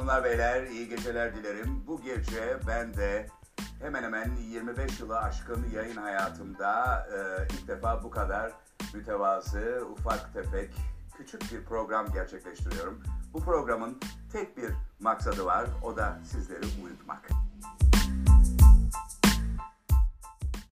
Hanımlar beyler iyi geceler dilerim. Bu gece ben de hemen hemen 25 yılı aşkın yayın hayatımda ilk defa bu kadar mütevazı, ufak tefek, küçük bir program gerçekleştiriyorum. Bu programın tek bir maksadı var, o da sizleri uyutmak.